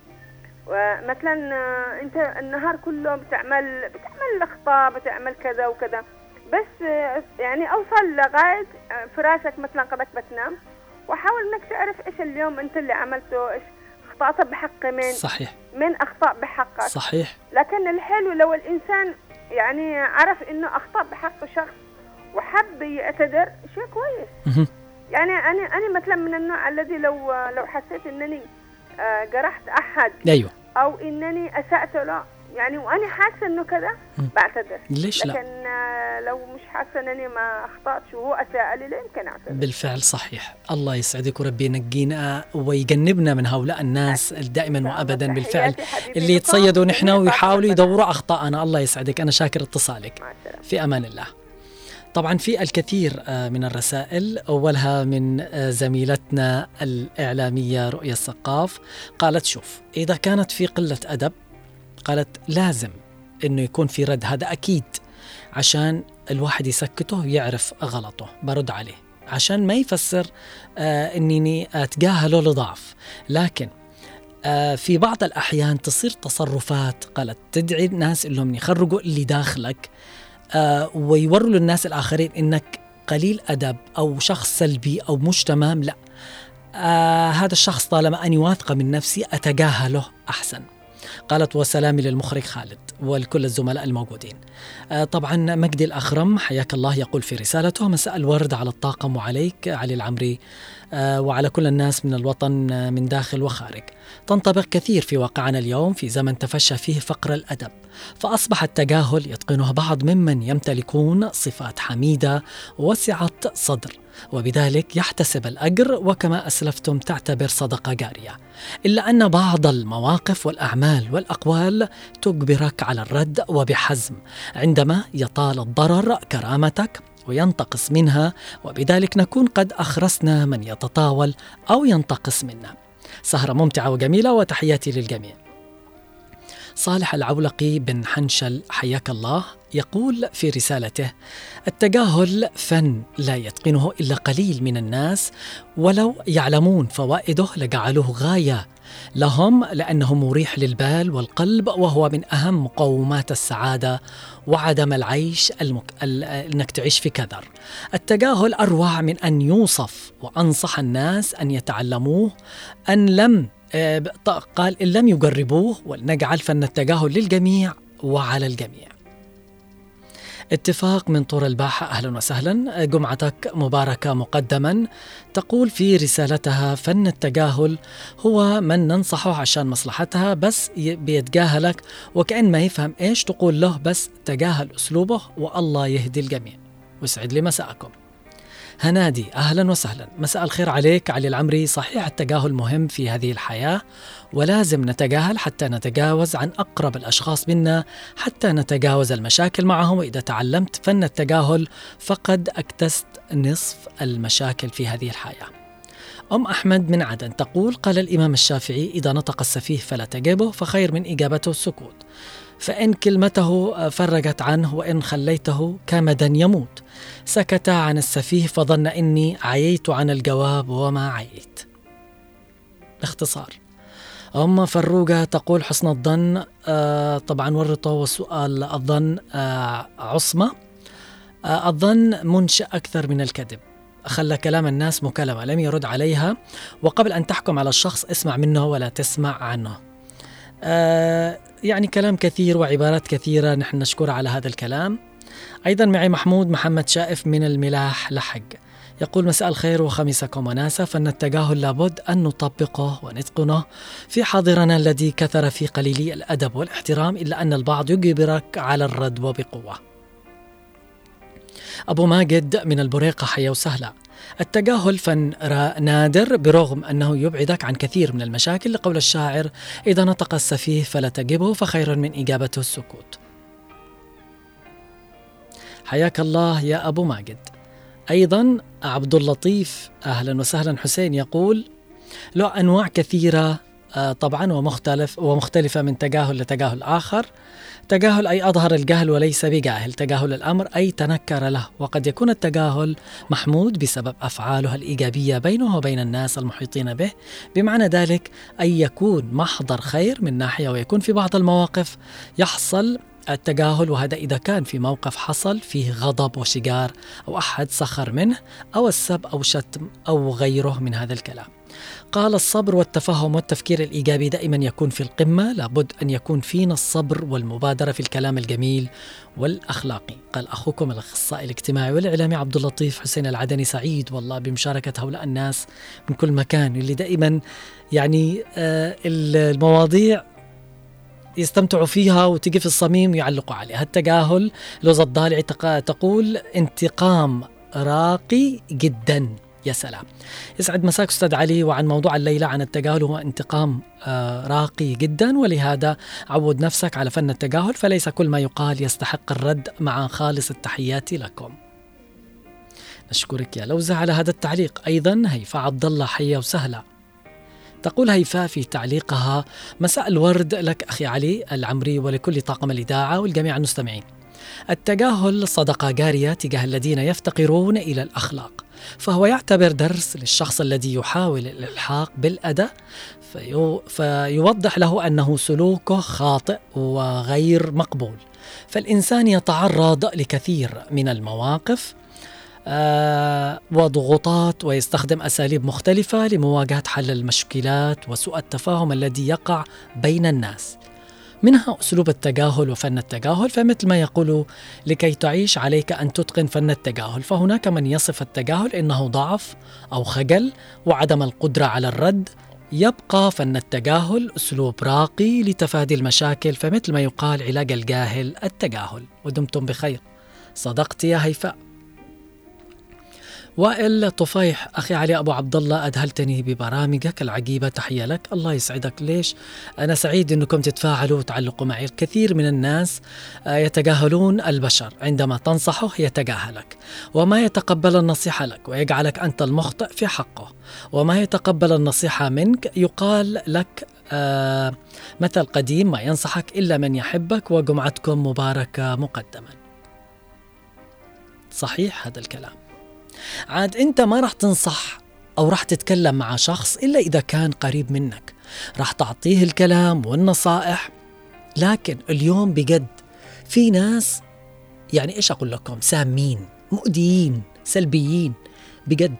ومثلا آه أنت النهار كله بتعمل بتعمل أخطاء، بتعمل كذا وكذا، بس آه يعني أوصل لغاية آه فراشك مثلا قدك بتنام، وحاول إنك تعرف إيش اليوم أنت اللي عملته، إيش أخطأت بحق من صحيح، من أخطاء بحقك. صحيح. لكن الحلو لو الإنسان يعني عرف إنه أخطأ بحق شخص وحب يعتذر، شيء كويس. يعني أنا أنا مثلا من النوع الذي لو لو حسيت إنني جرحت أحد أيوه أو إنني أسأت له، يعني وأنا حاسة إنه كذا بعتذر. ليش لا؟ لكن لو مش حاسة إنني ما أخطأتش وهو أساء لي، لا يمكن أعتذر. بالفعل صحيح. الله يسعدك وربي ينجينا ويجنبنا من هؤلاء الناس دائما وأبدا بالفعل اللي يتصيدوا نحن ويحاولوا يدوروا أخطاءنا. الله يسعدك، أنا شاكر اتصالك. في أمان الله. طبعا في الكثير من الرسائل، أولها من زميلتنا الإعلامية رؤية السقاف، قالت شوف إذا كانت في قلة أدب، قالت لازم إنه يكون في رد، هذا أكيد عشان الواحد يسكته ويعرف غلطه، برد عليه عشان ما يفسر آه إنني أتجاهله لضعف. لكن آه في بعض الأحيان تصير تصرفات، قالت تدعي الناس إنهم يخرجوا اللي داخلك آه ويوروا للناس الآخرين إنك قليل أدب أو شخص سلبي أو مش تمام. لا، آه هذا الشخص طالما أني واثقة من نفسي أتجاهله أحسن. قالت وسلامي للمخرج خالد ولكل الزملاء الموجودين. آه طبعا مجدي الأخرم حياك الله يقول في رسالته مساء الورد على الطاقم وعليك علي العمري آه وعلى كل الناس من الوطن آه من داخل وخارج. تنطبق كثير في واقعنا اليوم في زمن تفشى فيه فقر الأدب، فأصبح التجاهل يتقنه بعض ممن يمتلكون صفات حميدة وسعة صدر، وبذلك يحتسب الأجر وكما أسلفتم تعتبر صدقة جارية. إلا أن بعض المواقف والأعمال والأقوال تجبرك على الرد وبحزم عندما يطال الضرر كرامتك وينتقص منها، وبذلك نكون قد أخرسنا من يتطاول أو ينتقص منا. سهرة ممتعة وجميلة وتحياتي للجميع. صالح العولقي بن حنشل حياك الله يقول في رسالته: التجاهل فن لا يتقنه إلا قليل من الناس، ولو يعلمون فوائده لجعلوه غاية لهم، لأنه مريح للبال والقلب، وهو من أهم مقومات السعادة وعدم العيش المك... ال... أنك تعيش في كدر. التجاهل أروع من أن يوصف، وأنصح الناس أن يتعلموه. أن لم قال إن لم يجربوه، ولنجعل فن التجاهل للجميع وعلى الجميع. اتفاق من طور الباحة أهلا وسهلا، جمعتك مباركة مقدما. تقول في رسالتها: فن التجاهل هو من ننصحه عشان مصلحتها بس بيتجاهلك وكأن ما يفهم إيش تقول له، بس تجاهل أسلوبه والله يهدي الجميع. ويسعد لي مساءكم. هنادي أهلا وسهلا، مساء الخير عليك علي العمري. صحيح التجاهل مهم في هذه الحياة، ولازم نتجاهل حتى نتجاوز عن أقرب الأشخاص منا، حتى نتجاوز المشاكل معهم. وإذا تعلمت فن التجاهل فقد اكتست نصف المشاكل في هذه الحياة. أم أحمد من عدن تقول: قال الإمام الشافعي: إذا نطق السفيه فلا تجبه، فخير من إجابته السكوت، فإن كلمته فرجت عنه وإن خليته كمدا يموت. سكت عن السفيه فظن إني عييت عن الجواب وما عييت. باختصار. أم فروجة تقول: حسن الظن آه طبعا ورطه وسؤال الظن آه عصمة. آه الظن منشأ أكثر من الكذب، خلى كلام الناس مكالمة لم يرد عليها، وقبل أن تحكم على الشخص اسمع منه ولا تسمع عنه. آه يعني كلام كثير وعبارات كثيرة، نحن نشكر على هذا الكلام. أيضا معي محمود محمد شائف من الملاح لحق يقول: مساء الخير وخميسكم وناسة. فإن التجاهل لابد أن نطبقه ونتقنه في حاضرنا الذي كثر في قليلي الأدب والاحترام، إلا أن البعض يجبرك على الرد وبقوة. أبو ماجد من البريقة حيا وسهلا. التجاهل فن نادر برغم أنه يبعدك عن كثير من المشاكل، لقول الشاعر: إذا نطق السفيه فلا تجبه، فخير من إجابته السكوت. حياك الله يا أبو ماجد. أيضا عبد اللطيف أهلا وسهلا حسين يقول: له أنواع كثيرة طبعا ومختلف ومختلفة من تجاهل لتجاهل آخر. تجاهل أي أظهر الجهل وليس بجاهل، تجاهل الأمر أي تنكر له، وقد يكون التجاهل محمود بسبب أفعاله الإيجابية بينه وبين الناس المحيطين به، بمعنى ذلك أن يكون محضر خير من ناحية، ويكون في بعض المواقف يحصل التجاهل، وهذا إذا كان في موقف حصل فيه غضب وشجار أو أحد سخر منه أو السب أو شتم أو غيره من هذا الكلام. قال: الصبر والتفهم والتفكير الإيجابي دائما يكون في القمة، لابد أن يكون فينا الصبر والمبادرة في الكلام الجميل والأخلاقي. قال أخوكم الأخصائي الاجتماعي والإعلامي عبد اللطيف حسين العدني. سعيد والله بمشاركة هؤلاء الناس من كل مكان اللي دائما يعني آه المواضيع يستمتعوا فيها وتجي في الصميم ويعلقوا عليها. التجاهل لوز الضالعي تقول: انتقام راقي جدا. يا سلام، يسعد مساك أستاذ علي. وعن موضوع الليلة عن التجاهل هو انتقام آه راقي جدا، ولهذا عود نفسك على فن التجاهل، فليس كل ما يقال يستحق الرد. مع خالص التحيات لكم. نشكرك يا لوزة على هذا التعليق. أيضا هيفاء عبد الله حيا وسهلا. تقول هيفاء في تعليقها: مساء الورد لك أخي علي العمري ولكل طاقم الإذاعة والجميع المستمعين. التجاهل صدقة جارية تجاه الذين يفتقرون إلى الأخلاق، فهو يعتبر درس للشخص الذي يحاول الإلحاق بالأداء، في فيوضح له أنه سلوكه خاطئ وغير مقبول. فالإنسان يتعرض لكثير من المواقف آه وضغوطات، ويستخدم أساليب مختلفة لمواجهة حل المشكلات وسوء التفاهم الذي يقع بين الناس، منها أسلوب التجاهل وفن التجاهل. فمثل ما يقول: لكي تعيش عليك أن تتقن فن التجاهل. فهناك من يصف التجاهل إنه ضعف أو خجل وعدم القدرة على الرد. يبقى فن التجاهل أسلوب راقي لتفادي المشاكل، فمثل ما يقال: علاج الجاهل التجاهل. ودمتم بخير. صدقت يا هيفاء. وائل طفيح، أخي علي أبو عبد الله، أذهلتني ببرامجك العجيبة، تحية لك. الله يسعدك. ليش؟ أنا سعيد أنكم تتفاعلوا وتعلقوا معي. الكثير من الناس يتجاهلون البشر، عندما تنصحه يتجاهلك، وما يتقبل النصيحة لك ويجعلك أنت المخطئ في حقه، وما يتقبل النصيحة منك يقال لك آه مثل قديم: ما ينصحك إلا من يحبك، وجمعتكم مباركة مقدما. صحيح هذا الكلام. عاد أنت ما راح تنصح أو راح تتكلم مع شخص إلا إذا كان قريب منك، راح تعطيه الكلام والنصائح. لكن اليوم بجد في ناس، يعني إيش أقول لكم، سامين، مؤذيين، سلبيين بجد،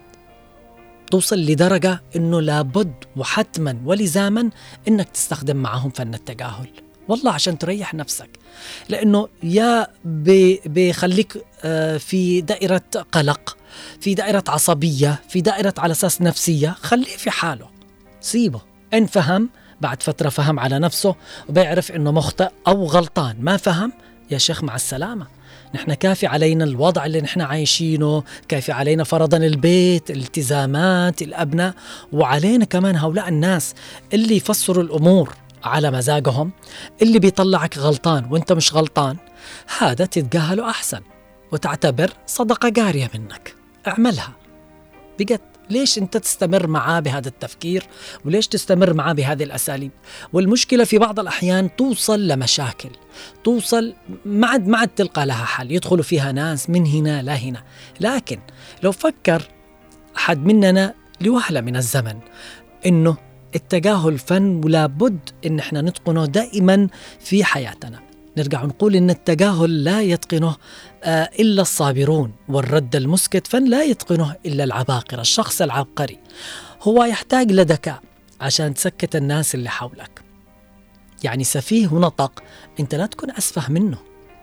توصل لدرجة إنه لابد وحتما ولزاما إنك تستخدم معهم فن التجاهل، والله عشان تريح نفسك. لأنه يا بيخليك في دائرة قلق، في دائرة عصبية، في دائرة على أساس نفسية، خليه في حاله، سيبه. إن فهم بعد فترة، فهم على نفسه وبيعرف إنه مخطئ أو غلطان. ما فهم، يا شيخ مع السلامة. نحن كافي علينا الوضع اللي نحن عايشينه، كافي علينا فرضا البيت، الالتزامات، الأبناء، وعلينا كمان هؤلاء الناس اللي يفسروا الأمور على مزاجهم، اللي بيطلعك غلطان وانت مش غلطان. هذا تتجاهله أحسن وتعتبر صدقة جارية منك، اعملها بجد. ليش انت تستمر معاه بهذا التفكير، وليش تستمر معاه بهذه الأساليب؟ والمشكلة في بعض الأحيان توصل لمشاكل، توصل ما عاد ما عاد تلقى لها حل، يدخلوا فيها ناس من هنا لا هنا. لكن لو فكر أحد مننا لوهلة من الزمن إنه التجاهل فن، ولا بد إن احنا نتقنه دائما في حياتنا. نرجع نقول إن التجاهل لا يتقنه آه إلا الصابرون، والرد المسكت فن لا يتقنه إلا العباقرة. الشخص العبقري هو يحتاج لذكاء عشان تسكت الناس اللي حولك. يعني سفيه ونطق، أنت لا تكون أسفه منه،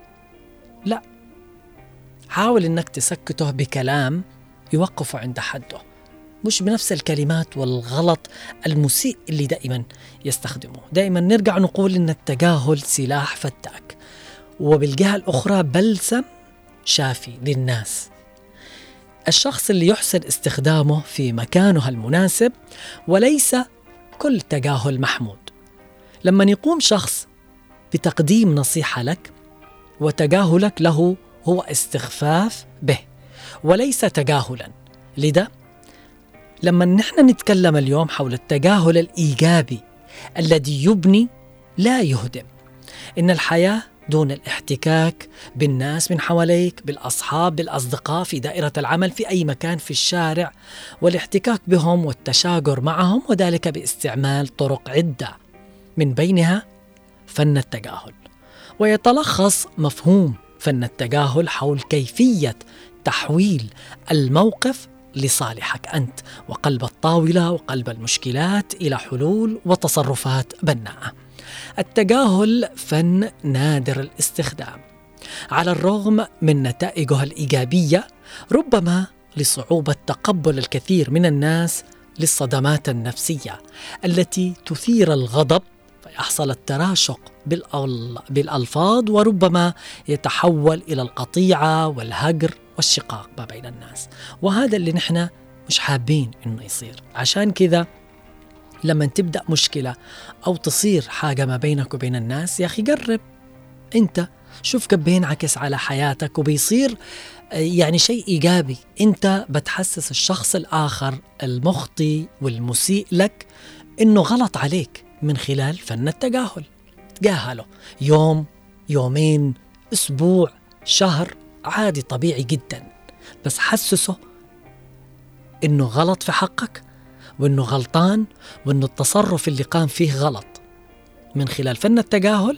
لا، حاول إنك تسكته بكلام يوقفه عند حده، مش بنفس الكلمات والغلط المسيء اللي دائما يستخدمه. دائما نرجع نقول إن التجاهل سلاح فتاك، وبالجهة الأخرى بلسم شافي للناس. الشخص اللي يحسن استخدامه في مكانه المناسب، وليس كل تجاهل محمود. لما يقوم شخص بتقديم نصيحة لك، وتجاهلك له هو استخفاف به وليس تجاهلا. لذا لما نحن نتكلم اليوم حول التجاهل الإيجابي الذي يبني لا يهدم، إن الحياة دون الاحتكاك بالناس من حواليك، بالأصحاب، بالأصدقاء، في دائرة العمل، في أي مكان، في الشارع، والاحتكاك بهم والتشاجر معهم، وذلك باستعمال طرق عدة، من بينها فن التجاهل. ويتلخص مفهوم فن التجاهل حول كيفية تحويل الموقف لصالحك أنت، وقلب الطاولة وقلب المشكلات إلى حلول وتصرفات بناءة. التجاهل فن نادر الاستخدام، على الرغم من نتائجه الإيجابية، ربما لصعوبة تقبل الكثير من الناس للصدمات النفسية التي تثير الغضب، فيحصل التراشق بالألفاظ، وربما يتحول إلى القطيعة والهجر والشقاق ما بين الناس. وهذا اللي نحن مش حابين إنه يصير. عشان كذا لما تبدأ مشكلة أو تصير حاجة ما بينك وبين الناس، يا أخي قرب أنت، شوف كيف بينعكس على حياتك، وبيصير يعني شيء إيجابي. أنت بتحسس الشخص الآخر المخطي والمسيء لك إنه غلط عليك من خلال فن التجاهل. تجاهله يوم، يومين، أسبوع، شهر، عادي طبيعي جدا، بس حسسه إنه غلط في حقك، وإنه غلطان، وإنه التصرف اللي قام فيه غلط. من خلال فن التجاهل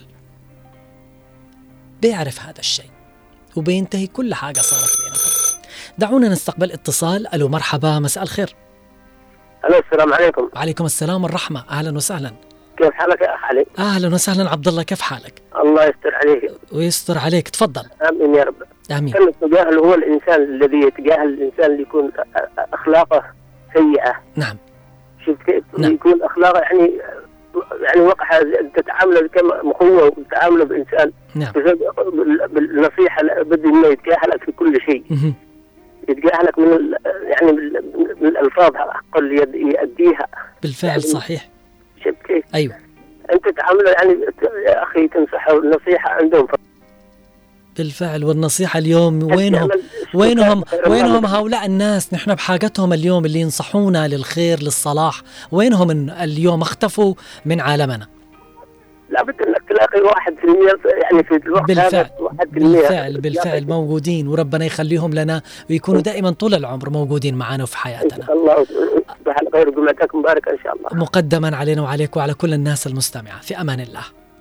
بيعرف هذا الشيء، وبينتهي كل حاجة صارت بينكم. دعونا نستقبل اتصال. ألو، مرحبا، مساء الخير. ألو، السلام عليكم. وعليكم السلام والرحمة، أهلا وسهلا. كيف حالك يا أخ علي؟ أهلا وسهلا عبد الله، كيف حالك؟ الله يستر عليك ويستر عليك، تفضل. آمين يا رب. آمين. فن التجاهل هو الإنسان الذي يتجاهل الإنسان اللي يكون أخلاقه سيئة. نعم. شوف كيف نعم. يكون أخلاقه يعني يعني وقع تتعامل كما مخوة، وتتعامل بإنسان نعم. بالنصيحة بدي إنه يتجاهلك في كل شيء. يتجاهلك من ال... يعني من الألفاظ اللي يؤديها. بالفعل يعني صحيح. شفت كيف؟ أيوة. أنت تعامله يعني يا أخي تنصحه النصيحة عندهم. بالفعل. والنصيحة اليوم وينهم وينهم وينهم هؤلاء الناس؟ نحن بحاجتهم اليوم اللي ينصحونا للخير للصلاح، وينهم اليوم؟ اختفوا من عالمنا. لابد انك تلاقي واحد في المية يعني في الوقت بالفعل. هذا واحد في المية بالفعل بالفعل موجودين، وربنا يخليهم لنا ويكونوا دائما طول العمر موجودين معنا في حياتنا. الله يصبح على خير وجمعتك مباركة إن شاء الله. مقدما علينا وعليك وعلى كل الناس المستمعة، في أمان الله.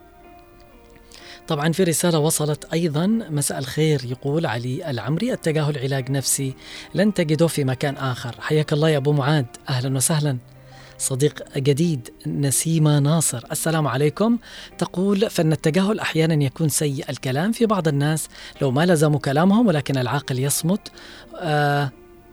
طبعا في رسالة وصلت أيضا، مساء الخير، يقول علي العمري: التجاهل علاج نفسي لن تجده في مكان آخر. حياك الله يا أبو معاد، أهلا وسهلا. صديق جديد نسيمة ناصر: السلام عليكم. تقول: فإن التجاهل أحيانا يكون سيء الكلام في بعض الناس لو ما لزموا كلامهم، ولكن العاقل يصمت. آه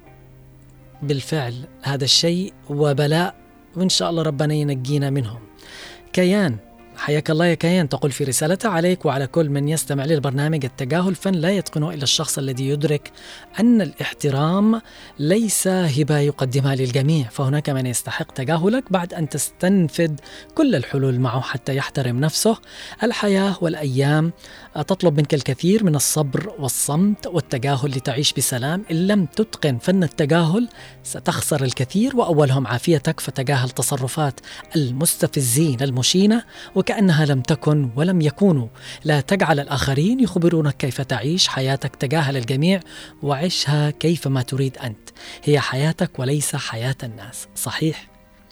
بالفعل هذا الشيء وبلاء، وإن شاء الله ربنا ينجينا منهم. كيان: حياك الله يا كيان، تقول في رسالتها: عليك وعلى كل من يستمع للبرنامج، التجاهل فن لا يتقنه إلا الشخص الذي يدرك أن الاحترام ليس هبة يقدمها للجميع، فهناك من يستحق تجاهلك بعد أن تستنفذ كل الحلول معه حتى يحترم نفسه. الحياة والأيام تطلب منك الكثير من الصبر والصمت والتجاهل لتعيش بسلام. إن لم تتقن فن التجاهل ستخسر الكثير، وأولهم عافيتك، فتجاهل تصرفات المستفزين المشينة وكأنها لم تكن ولم يكونوا. لا تجعل الآخرين يخبرونك كيف تعيش حياتك، تجاهل الجميع وعيشها كيفما تريد أنت، هي حياتك وليس حياة الناس. صحيح.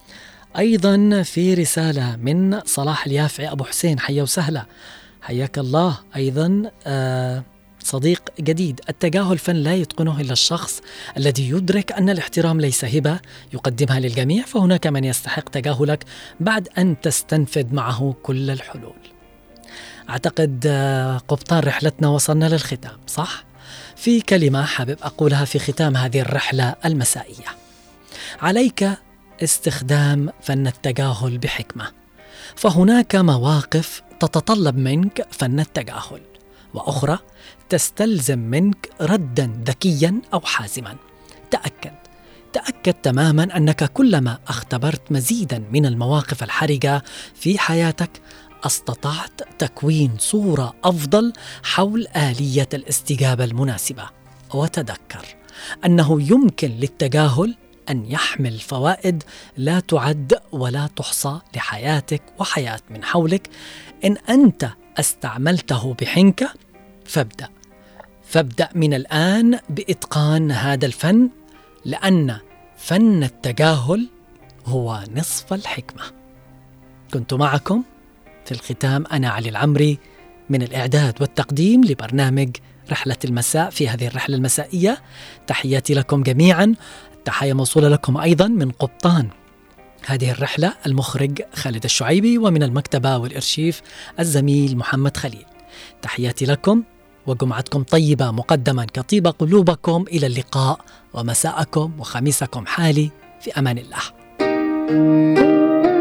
أيضا في رسالة من صلاح اليافعي أبو حسين: حيا وسهلا، حياك الله. أيضا آه صديق جديد: التجاهل فن لا يتقنه إلا الشخص الذي يدرك أن الاحترام ليس هبة يقدمها للجميع، فهناك من يستحق تجاهلك بعد أن تستنفذ معه كل الحلول. أعتقد قبطان رحلتنا وصلنا للختام، صح؟ في كلمة حابب أقولها في ختام هذه الرحلة المسائية: عليك استخدام فن التجاهل بحكمة، فهناك مواقف تتطلب منك فن التجاهل، وأخرى تستلزم منك ردا ذكيا أو حازما. تأكد تأكد تماما أنك كلما اختبرت مزيدا من المواقف الحرجة في حياتك استطعت تكوين صورة أفضل حول آلية الاستجابة المناسبة. وتذكر أنه يمكن للتجاهل أن يحمل فوائد لا تعد ولا تحصى لحياتك وحياة من حولك. إن أنت استعملته بحنكة فابدأ فابدأ من الآن بإتقان هذا الفن، لأن فن التجاهل هو نصف الحكمة. كنت معكم في الختام أنا علي العمري من الإعداد والتقديم لبرنامج رحلة المساء في هذه الرحلة المسائية. تحياتي لكم جميعا، التحية موصولة لكم أيضا من قبطان هذه الرحلة المخرج خالد الشعيبي، ومن المكتبة والإرشيف الزميل محمد خليل. تحياتي لكم وجمعتكم طيبة مقدما كطيب قلوبكم. إلى اللقاء، ومساءكم وخميسكم حالي في أمان الله.